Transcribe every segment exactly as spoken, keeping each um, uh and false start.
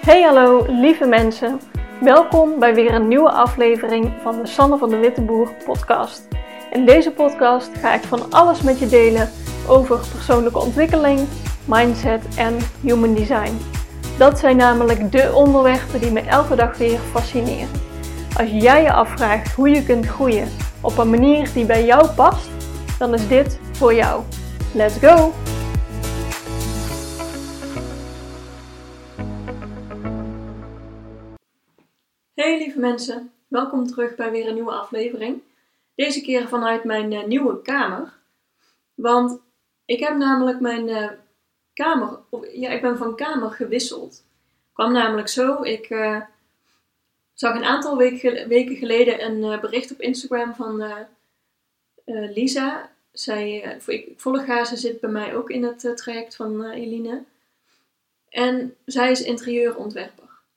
Hey hallo lieve mensen, welkom bij weer een nieuwe aflevering van de Sanne van de Witteboer podcast. In deze podcast ga ik van alles met je delen over persoonlijke ontwikkeling, mindset en human design. Dat zijn namelijk de onderwerpen die me elke dag weer fascineren. Als jij je afvraagt hoe je kunt groeien op een manier die bij jou past, dan is dit voor jou. Let's go! Hey lieve mensen, welkom terug bij weer een nieuwe aflevering. Deze keer vanuit mijn uh, nieuwe kamer. Want ik heb namelijk mijn uh, kamer, of, ja ik ben van kamer gewisseld. Kwam namelijk zo, ik uh, zag een aantal week, weken geleden een uh, bericht op Instagram van uh, uh, Lisa. Zij, uh, ik, ik volg haar, ze zit bij mij ook in het uh, traject van uh, Eline. En zij is interieurontwerper.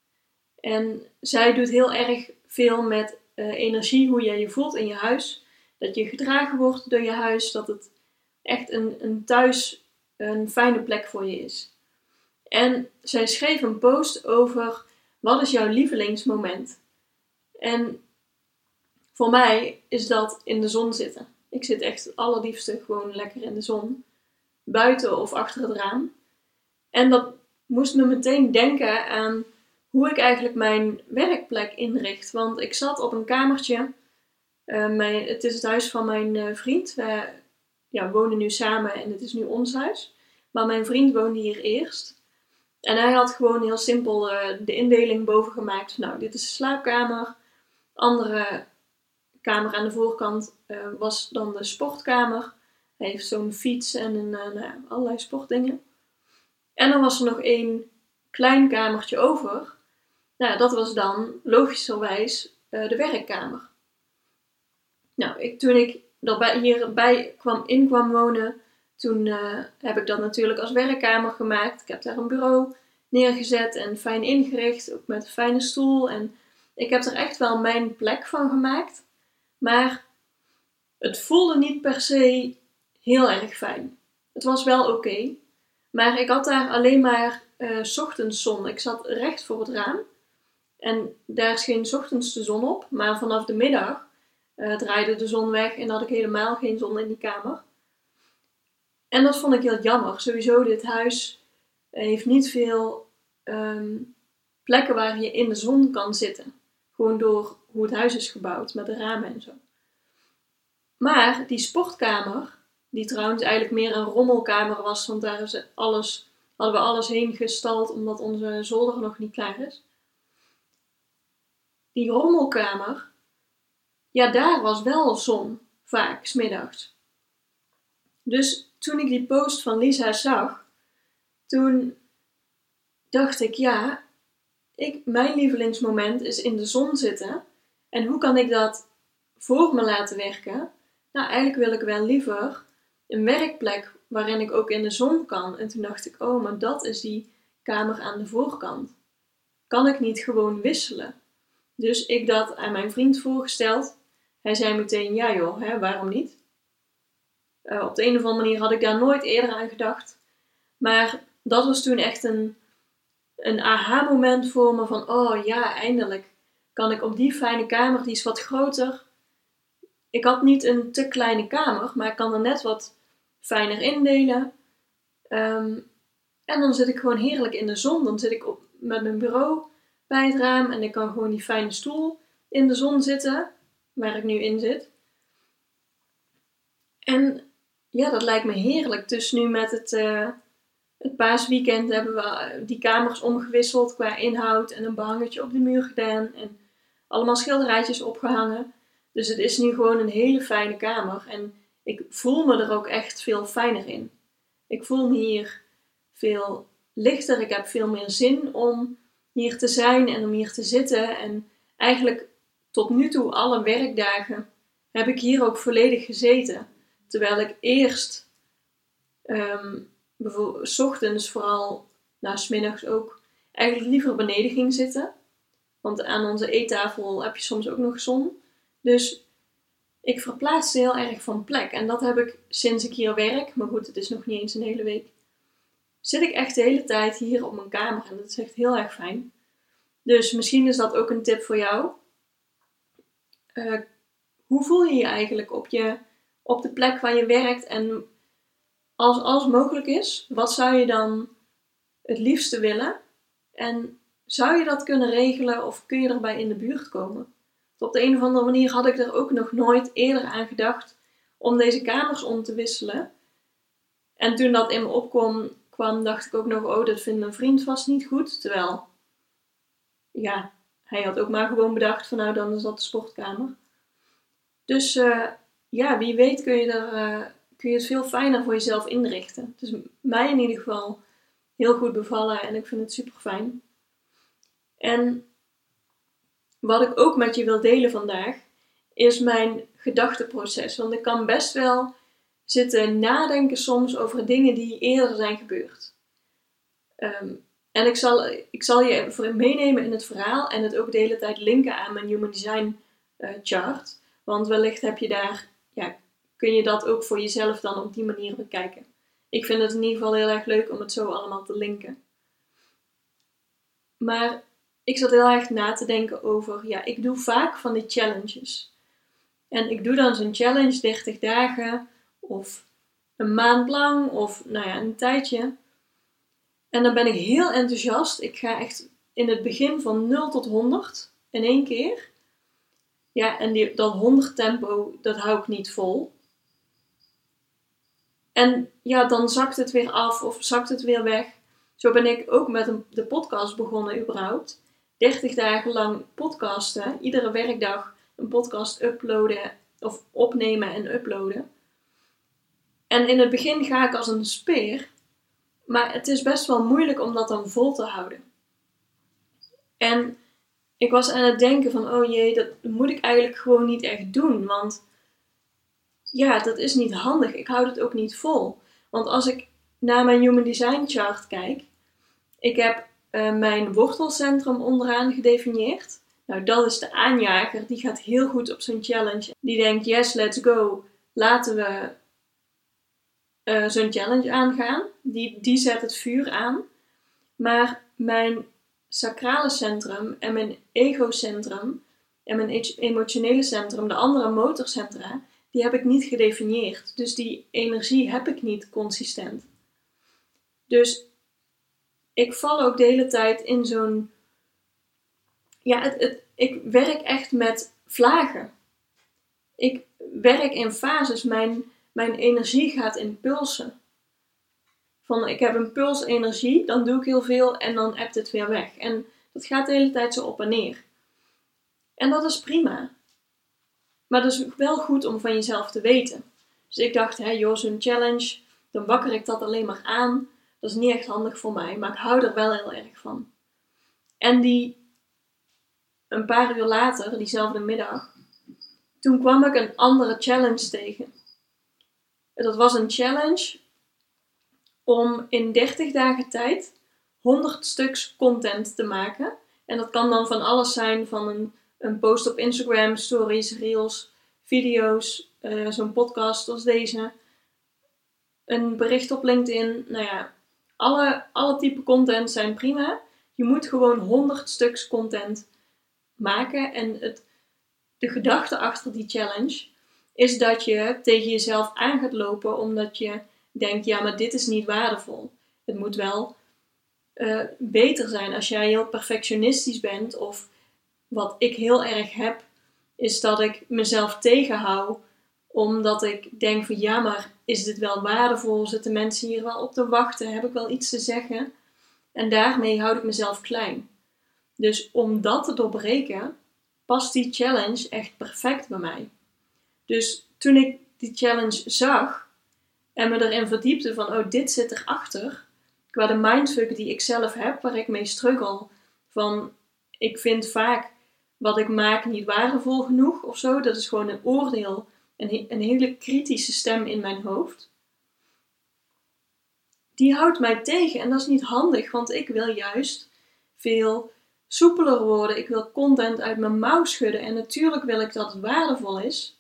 En zij doet heel erg veel met uh, energie, hoe jij je voelt in je huis. Dat je gedragen wordt door je huis, dat het echt een, een thuis, een fijne plek voor je is. En zij schreef een post over, wat is jouw lievelingsmoment? En voor mij is dat in de zon zitten. Ik zit echt het allerliefste gewoon lekker in de zon. Buiten of achter het raam. En dat moest me meteen denken aan hoe ik eigenlijk mijn werkplek inricht. Want ik zat op een kamertje. Uh, mijn, het is het huis van mijn uh, vriend. We ja, wonen nu samen en het is nu ons huis. Maar mijn vriend woonde hier eerst. En hij had gewoon heel simpel uh, de indeling boven gemaakt. Nou, dit is de slaapkamer. Andere kamer aan de voorkant uh, was dan de sportkamer. Hij heeft zo'n fiets en een, uh, nou, allerlei sportdingen. En dan was er nog één klein kamertje over. Nou, dat was dan logischerwijs uh, de werkkamer. Nou, ik, toen ik erbij, hierbij kwam, in kwam wonen, toen uh, heb ik dat natuurlijk als werkkamer gemaakt. Ik heb daar een bureau neergezet en fijn ingericht, ook met een fijne stoel. En ik heb er echt wel mijn plek van gemaakt. Maar het voelde niet per se heel erg fijn. Het was wel oké. Okay, maar ik had daar alleen maar uh, 's ochtends zon. Ik zat recht voor het raam. En daar scheen 's ochtends de zon op. Maar vanaf de middag uh, draaide de zon weg en had ik helemaal geen zon in die kamer. En dat vond ik heel jammer. Sowieso, dit huis uh, heeft niet veel um, plekken waar je in de zon kan zitten. Gewoon door hoe het huis is gebouwd, met de ramen en zo. Maar die sportkamer, die trouwens eigenlijk meer een rommelkamer was, want daar is alles, hadden we alles heen gestald omdat onze zolder nog niet klaar is. Die rommelkamer, ja, daar was wel zon, vaak, 's middags. Dus toen ik die post van Lisa zag, toen dacht ik, ja, ik, mijn lievelingsmoment is in de zon zitten. En hoe kan ik dat voor me laten werken? Nou, eigenlijk wil ik wel liever een werkplek waarin ik ook in de zon kan. En toen dacht ik, oh, maar dat is die kamer aan de voorkant. Kan ik niet gewoon wisselen? Dus ik dat aan mijn vriend voorgesteld. Hij zei meteen, ja joh, hè, waarom niet? Uh, op de een of andere manier had ik daar nooit eerder aan gedacht. Maar dat was toen echt een, een aha-moment voor me van, oh ja, eindelijk kan ik op die fijne kamer, die is wat groter. Ik had niet een te kleine kamer, maar ik kan er net wat fijner indelen. Um, en dan zit ik gewoon heerlijk in de zon. Dan zit ik op, met mijn bureau bij het raam en ik kan gewoon die fijne stoel in de zon zitten, waar ik nu in zit. En ja, dat lijkt me heerlijk. Dus nu met het, uh, het paasweekend hebben we die kamers omgewisseld qua inhoud en een behangetje op de muur gedaan en allemaal schilderijtjes opgehangen. Dus het is nu gewoon een hele fijne kamer en ik voel me er ook echt veel fijner in. Ik voel me hier veel lichter, ik heb veel meer zin om hier te zijn en om hier te zitten. En eigenlijk tot nu toe alle werkdagen heb ik hier ook volledig gezeten. Terwijl ik eerst, um, bijvoorbeeld 's ochtends vooral, nou 's middags ook, eigenlijk liever beneden ging zitten. Want aan onze eettafel heb je soms ook nog zon. Dus ik verplaatste heel erg van plek. En dat heb ik sinds ik hier werk, maar goed, het is nog niet eens een hele week, zit ik echt de hele tijd hier op mijn kamer. En dat is echt heel erg fijn. Dus misschien is dat ook een tip voor jou. Uh, hoe voel je je eigenlijk op, je op de plek waar je werkt? En als alles mogelijk is, wat zou je dan het liefste willen? En zou je dat kunnen regelen of kun je erbij in de buurt komen? Op de een of andere manier had ik er ook nog nooit eerder aan gedacht om deze kamers om te wisselen. En toen dat in me opkwam, kwam, dacht ik ook nog, oh, dat vindt mijn vriend vast niet goed. Terwijl, ja, hij had ook maar gewoon bedacht van, nou, dan is dat de sportkamer. Dus uh, ja, wie weet kun je, er, uh, kun je het veel fijner voor jezelf inrichten. Het is mij in ieder geval heel goed bevallen en ik vind het super fijn. En wat ik ook met je wil delen vandaag, is mijn gedachteproces. Want ik kan best wel zitten nadenken soms over dingen die eerder zijn gebeurd. Um, en ik zal, ik zal je even meenemen in het verhaal en het ook de hele tijd linken aan mijn Human Design uh, chart. Want wellicht heb je daar, ja, kun je dat ook voor jezelf dan op die manier bekijken. Ik vind het in ieder geval heel erg leuk om het zo allemaal te linken. Maar ik zat heel erg na te denken over, ja, ik doe vaak van die challenges. En ik doe dan zo'n challenge dertig dagen of een maand lang of nou ja, een tijdje. En dan ben ik heel enthousiast. Ik ga echt in het begin van nul tot honderd in één keer. Ja, en die, dat honderd tempo, dat hou ik niet vol. En ja, dan zakt het weer af of zakt het weer weg. Zo ben ik ook met een, de podcast begonnen überhaupt. dertig dagen lang podcasten. Iedere werkdag een podcast uploaden of opnemen en uploaden. En in het begin ga ik als een speer. Maar het is best wel moeilijk om dat dan vol te houden. En ik was aan het denken van, oh jee, dat moet ik eigenlijk gewoon niet echt doen. Want ja, dat is niet handig. Ik houd het ook niet vol. Want als ik naar mijn Human Design chart kijk. Ik heb uh, mijn wortelcentrum onderaan gedefinieerd. Nou, dat is de aanjager. Die gaat heel goed op zo'n challenge. Die denkt, yes, let's go. Laten we uh, zo'n challenge aangaan. Die, die zet het vuur aan. Maar mijn sacrale centrum en mijn egocentrum en mijn emotionele centrum, de andere motorcentra, die heb ik niet gedefinieerd. Dus die energie heb ik niet consistent. Dus ik val ook de hele tijd in zo'n... Ja, het, het, ik werk echt met vlagen. Ik werk in fases. Mijn, mijn energie gaat in pulsen. Van, ik heb een pulsenergie, dan doe ik heel veel en dan ebt het weer weg. En dat gaat de hele tijd zo op en neer. En dat is prima. Maar dat is wel goed om van jezelf te weten. Dus ik dacht, hè, joh, zo'n challenge, dan wakker ik dat alleen maar aan. Dat is niet echt handig voor mij, maar ik hou er wel heel erg van. En die, een paar uur later, diezelfde middag, toen kwam ik een andere challenge tegen. Dat was een challenge om in dertig dagen tijd honderd stuks content te maken. En dat kan dan van alles zijn, van een, een post op Instagram, stories, reels, video's, uh, zo'n podcast als deze, een bericht op LinkedIn. Nou ja, alle, alle type content zijn prima. Je moet gewoon honderd stuks content maken. En het, de gedachte achter die challenge is dat je tegen jezelf aan gaat lopen omdat je denkt, ja, maar dit is niet waardevol. Het moet wel uh, beter zijn. Als jij heel perfectionistisch bent, of wat ik heel erg heb, is dat ik mezelf tegenhoud, omdat ik denk van, ja, maar is dit wel waardevol? Zitten mensen hier wel op te wachten? Heb ik wel iets te zeggen? En daarmee houd ik mezelf klein. Dus om dat te doorbreken, past die challenge echt perfect bij mij. Dus toen ik die challenge zag en me erin verdiepte van, oh, dit zit erachter, qua de mindfuck die ik zelf heb, waar ik mee struggle, van, ik vind vaak wat ik maak niet waardevol genoeg of zo. Dat is gewoon een oordeel, een, een hele kritische stem in mijn hoofd. Die houdt mij tegen en dat is niet handig, want ik wil juist veel soepeler worden. Ik wil content uit mijn mouw schudden en natuurlijk wil ik dat het waardevol is.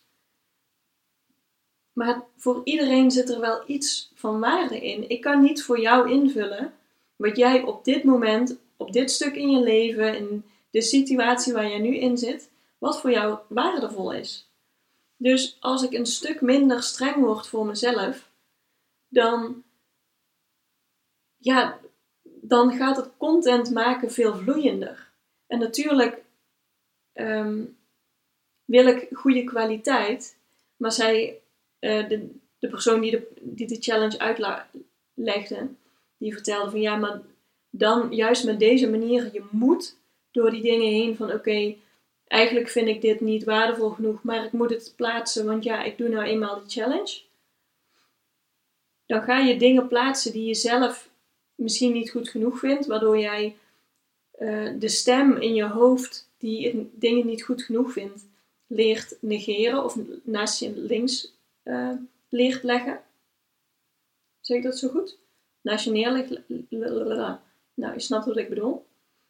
Maar voor iedereen zit er wel iets van waarde in. Ik kan niet voor jou invullen wat jij op dit moment, op dit stuk in je leven, in de situatie waar jij nu in zit, wat voor jou waardevol is. Dus als ik een stuk minder streng word voor mezelf, dan, ja, dan gaat het content maken veel vloeiender. En natuurlijk um, wil ik goede kwaliteit, maar zij, uh, de, de persoon die de, die de challenge uitlegde, die vertelde van ja, maar dan juist met deze manier, je moet door die dingen heen van oké, okay, eigenlijk vind ik dit niet waardevol genoeg, maar ik moet het plaatsen, want ja, ik doe nou eenmaal de challenge. Dan ga je dingen plaatsen die je zelf misschien niet goed genoeg vindt, waardoor jij uh, de stem in je hoofd die dingen niet goed genoeg vindt, leert negeren of naast je links uh, leert leggen. Zeg ik dat zo goed? Naast je neerlegt. Nou, je snapt wat ik bedoel.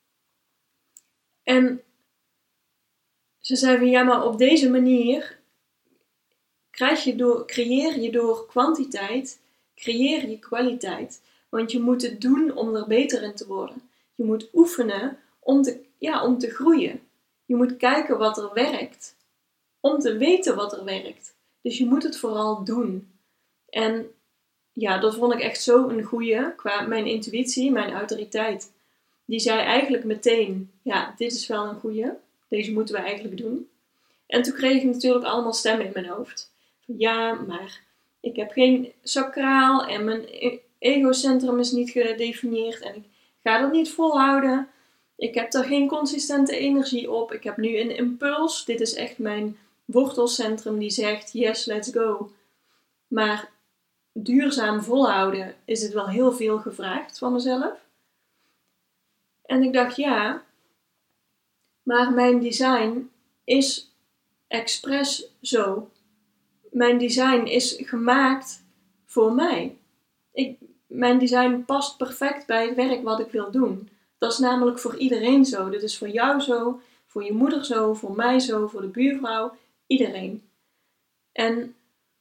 En ze zei van ja, maar op deze manier krijg je door, creëer je door kwantiteit, creëer je kwaliteit. Want je moet het doen om er beter in te worden. Je moet oefenen om te, ja, om te groeien. Je moet kijken wat er werkt. Om te weten wat er werkt. Dus je moet het vooral doen. En ja, dat vond ik echt zo een goeie qua mijn intuïtie, mijn autoriteit. Die zei eigenlijk meteen, ja, dit is wel een goeie. Deze moeten we eigenlijk doen. En toen kreeg ik natuurlijk allemaal stemmen in mijn hoofd. Ja, maar ik heb geen sacraal en mijn egocentrum is niet gedefinieerd en ik ga dat niet volhouden. Ik heb er geen consistente energie op. Ik heb nu een impuls. Dit is echt mijn wortelcentrum die zegt yes, let's go. Maar duurzaam volhouden is het wel heel veel gevraagd van mezelf. En ik dacht ja, maar mijn design is expres zo. Mijn design is gemaakt voor mij. Ik, mijn design past perfect bij het werk wat ik wil doen. Dat is namelijk voor iedereen zo. Dit is voor jou zo, voor je moeder zo, voor mij zo, voor de buurvrouw, iedereen. En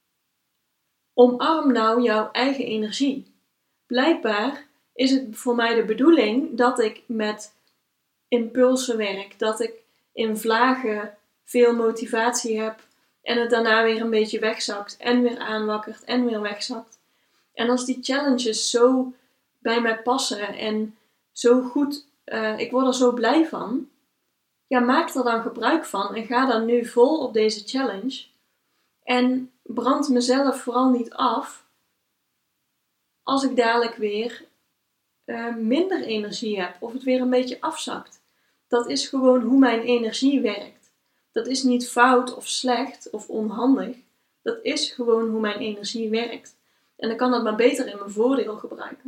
omarm nou jouw eigen energie. Blijkbaar is het voor mij de bedoeling dat ik met impulsen werk, dat ik in vlagen veel motivatie heb en het daarna weer een beetje wegzakt en weer aanwakkert en weer wegzakt. En als die challenges zo bij mij passen en zo goed, uh, ik word er zo blij van, ja, maak er dan gebruik van en ga dan nu vol op deze challenge en brand mezelf vooral niet af als ik dadelijk weer uh, minder energie heb of het weer een beetje afzakt. Dat is gewoon hoe mijn energie werkt. Dat is niet fout of slecht of onhandig. Dat is gewoon hoe mijn energie werkt. En ik kan dat maar beter in mijn voordeel gebruiken.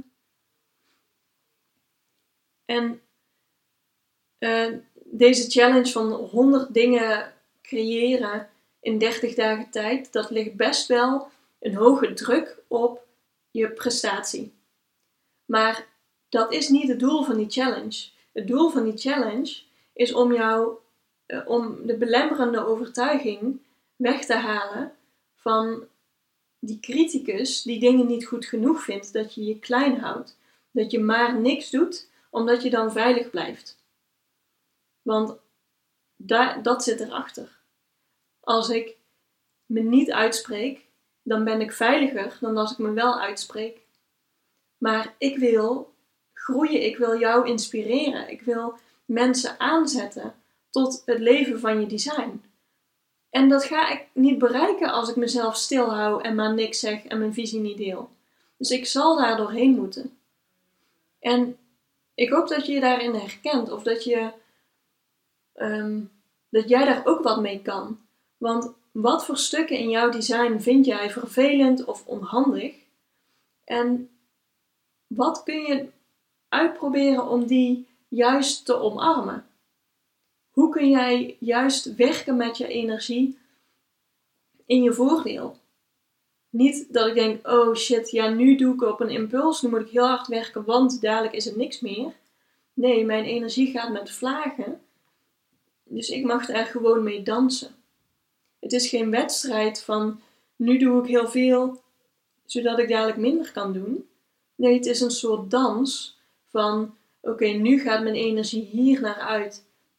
En uh, deze challenge van honderd dingen creëren in dertig dagen tijd, dat ligt best wel een hoge druk op je prestatie. Maar dat is niet het doel van die challenge. Het doel van die challenge is om jou, uh, om de belemmerende overtuiging weg te halen van die criticus die dingen niet goed genoeg vindt, dat je je klein houdt. Dat je maar niks doet, omdat je dan veilig blijft. Want da- dat zit erachter. Als ik me niet uitspreek, dan ben ik veiliger dan als ik me wel uitspreek. Maar ik wil groeien, ik wil jou inspireren. Ik wil mensen aanzetten tot het leven van je design. En dat ga ik niet bereiken als ik mezelf stilhoud en maar niks zeg en mijn visie niet deel. Dus ik zal daar doorheen moeten. En ik hoop dat je je daarin herkent of dat, je, um, dat jij daar ook wat mee kan. Want wat voor stukken in jouw design vind jij vervelend of onhandig? En wat kun je uitproberen om die juist te omarmen? Hoe kun jij juist werken met je energie in je voordeel? Niet dat ik denk, oh shit, ja nu doe ik op een impuls, nu moet ik heel hard werken, want dadelijk is het niks meer. Nee, mijn energie gaat met vlagen, dus ik mag er gewoon mee dansen. Het is geen wedstrijd van, nu doe ik heel veel, zodat ik dadelijk minder kan doen. Nee, het is een soort dans van, oké, okay, nu gaat mijn energie hier naar uit.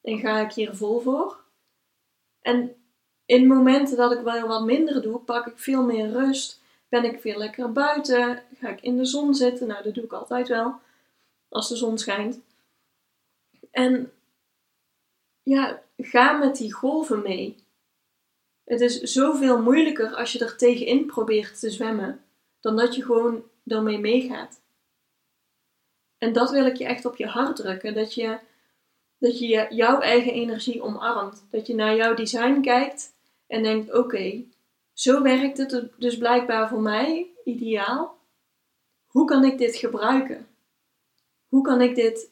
en ga ik hier vol voor. En in momenten dat ik wel wat minder doe, pak ik veel meer rust. Ben ik veel lekker buiten. Ga ik in de zon zitten. Nou, dat doe ik altijd wel. Als de zon schijnt. En ja, ga met die golven mee. Het is zoveel moeilijker als je er tegenin probeert te zwemmen. Dan dat je gewoon ermee meegaat. En dat wil ik je echt op je hart drukken. Dat je, dat je jouw eigen energie omarmt. Dat je naar jouw design kijkt. En denkt, oké, okay, zo werkt het dus blijkbaar voor mij, ideaal. Hoe kan ik dit gebruiken? Hoe kan ik dit,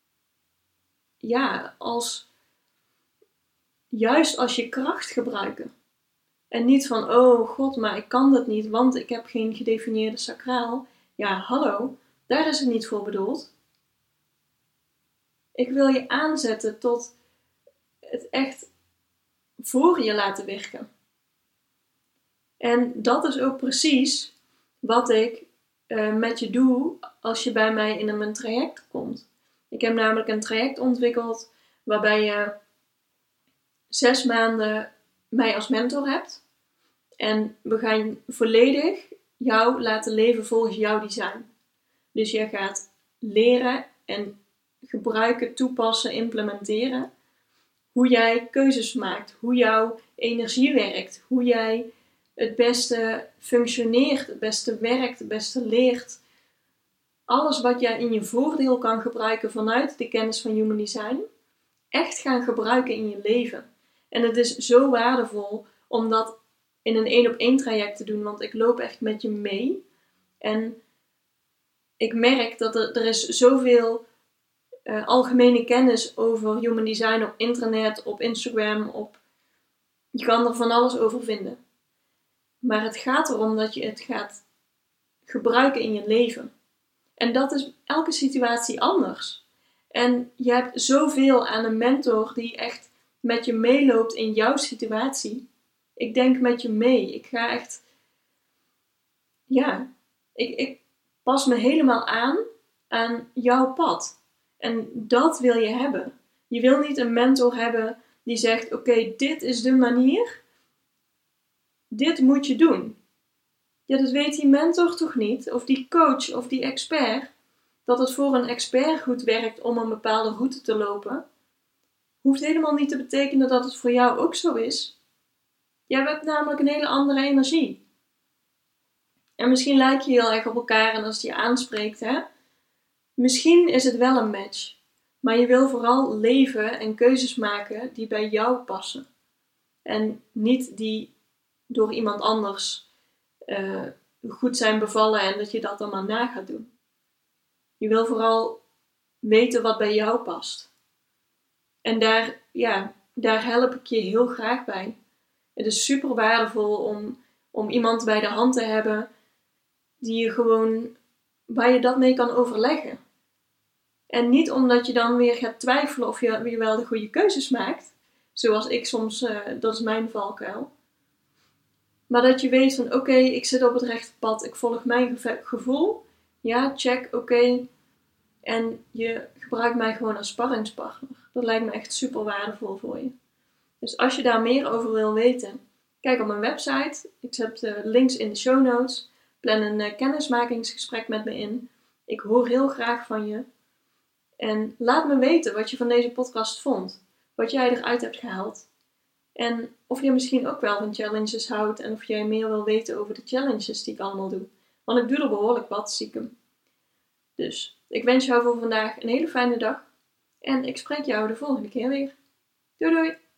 ja, als, juist als je kracht gebruiken? En niet van, oh god, maar ik kan dat niet, want ik heb geen gedefinieerde sacraal. Ja, hallo, daar is het niet voor bedoeld. Ik wil je aanzetten tot het echt voor je laten werken. En dat is ook precies wat ik uh, met je doe als je bij mij in een traject komt. Ik heb namelijk een traject ontwikkeld waarbij je zes maanden mij als mentor hebt. En we gaan volledig jou laten leven volgens jouw design. Dus je gaat leren en gebruiken, toepassen, implementeren. Hoe jij keuzes maakt, hoe jouw energie werkt, hoe jij het beste functioneert, het beste werkt, het beste leert. Alles wat jij in je voordeel kan gebruiken vanuit de kennis van Human Design, echt gaan gebruiken in je leven. En het is zo waardevol om dat in een één op één traject te doen, want ik loop echt met je mee. En ik merk dat er, er is zoveel uh, algemene kennis over Human Design op internet, op Instagram, op... je kan er van alles over vinden. Maar het gaat erom dat je het gaat gebruiken in je leven. En dat is elke situatie anders. En je hebt zoveel aan een mentor die echt met je meeloopt in jouw situatie. Ik denk met je mee. Ik ga echt... Ja, ik, ik pas me helemaal aan aan jouw pad. En dat wil je hebben. Je wil niet een mentor hebben die zegt, oké, okay, dit is de manier. Dit moet je doen. Ja, dat weet die mentor toch niet? Of die coach of die expert. Dat het voor een expert goed werkt om een bepaalde route te lopen. Hoeft helemaal niet te betekenen dat het voor jou ook zo is. Jij hebt namelijk een hele andere energie. En misschien lijk je heel erg op elkaar en als het je aanspreekt, hè. Misschien is het wel een match. Maar je wil vooral leven en keuzes maken die bij jou passen. En niet die door iemand anders uh, goed zijn bevallen en dat je dat dan maar na gaat doen. Je wil vooral weten wat bij jou past. En daar, ja, daar help ik je heel graag bij. Het is super waardevol om, om iemand bij de hand te hebben die je gewoon, waar je dat mee kan overleggen. En niet omdat je dan weer gaat twijfelen of je, je wel de goede keuzes maakt. Zoals ik soms, uh, dat is mijn valkuil. Maar dat je weet van oké, okay, ik zit op het rechte pad. Ik volg mijn gevoel. Ja, check, oké. Okay. En je gebruikt mij gewoon als sparringspartner. Dat lijkt me echt super waardevol voor je. Dus als je daar meer over wil weten, kijk op mijn website. Ik zet de links in de show notes. Plan een uh, kennismakingsgesprek met me in. Ik hoor heel graag van je. En laat me weten wat je van deze podcast vond. Wat jij eruit hebt gehaald. En of je misschien ook wel van challenges houdt. En of jij meer wil weten over de challenges die ik allemaal doe. Want ik doe er behoorlijk wat, stiekem. Dus ik wens jou voor vandaag een hele fijne dag. En ik spreek jou de volgende keer weer. Doei doei!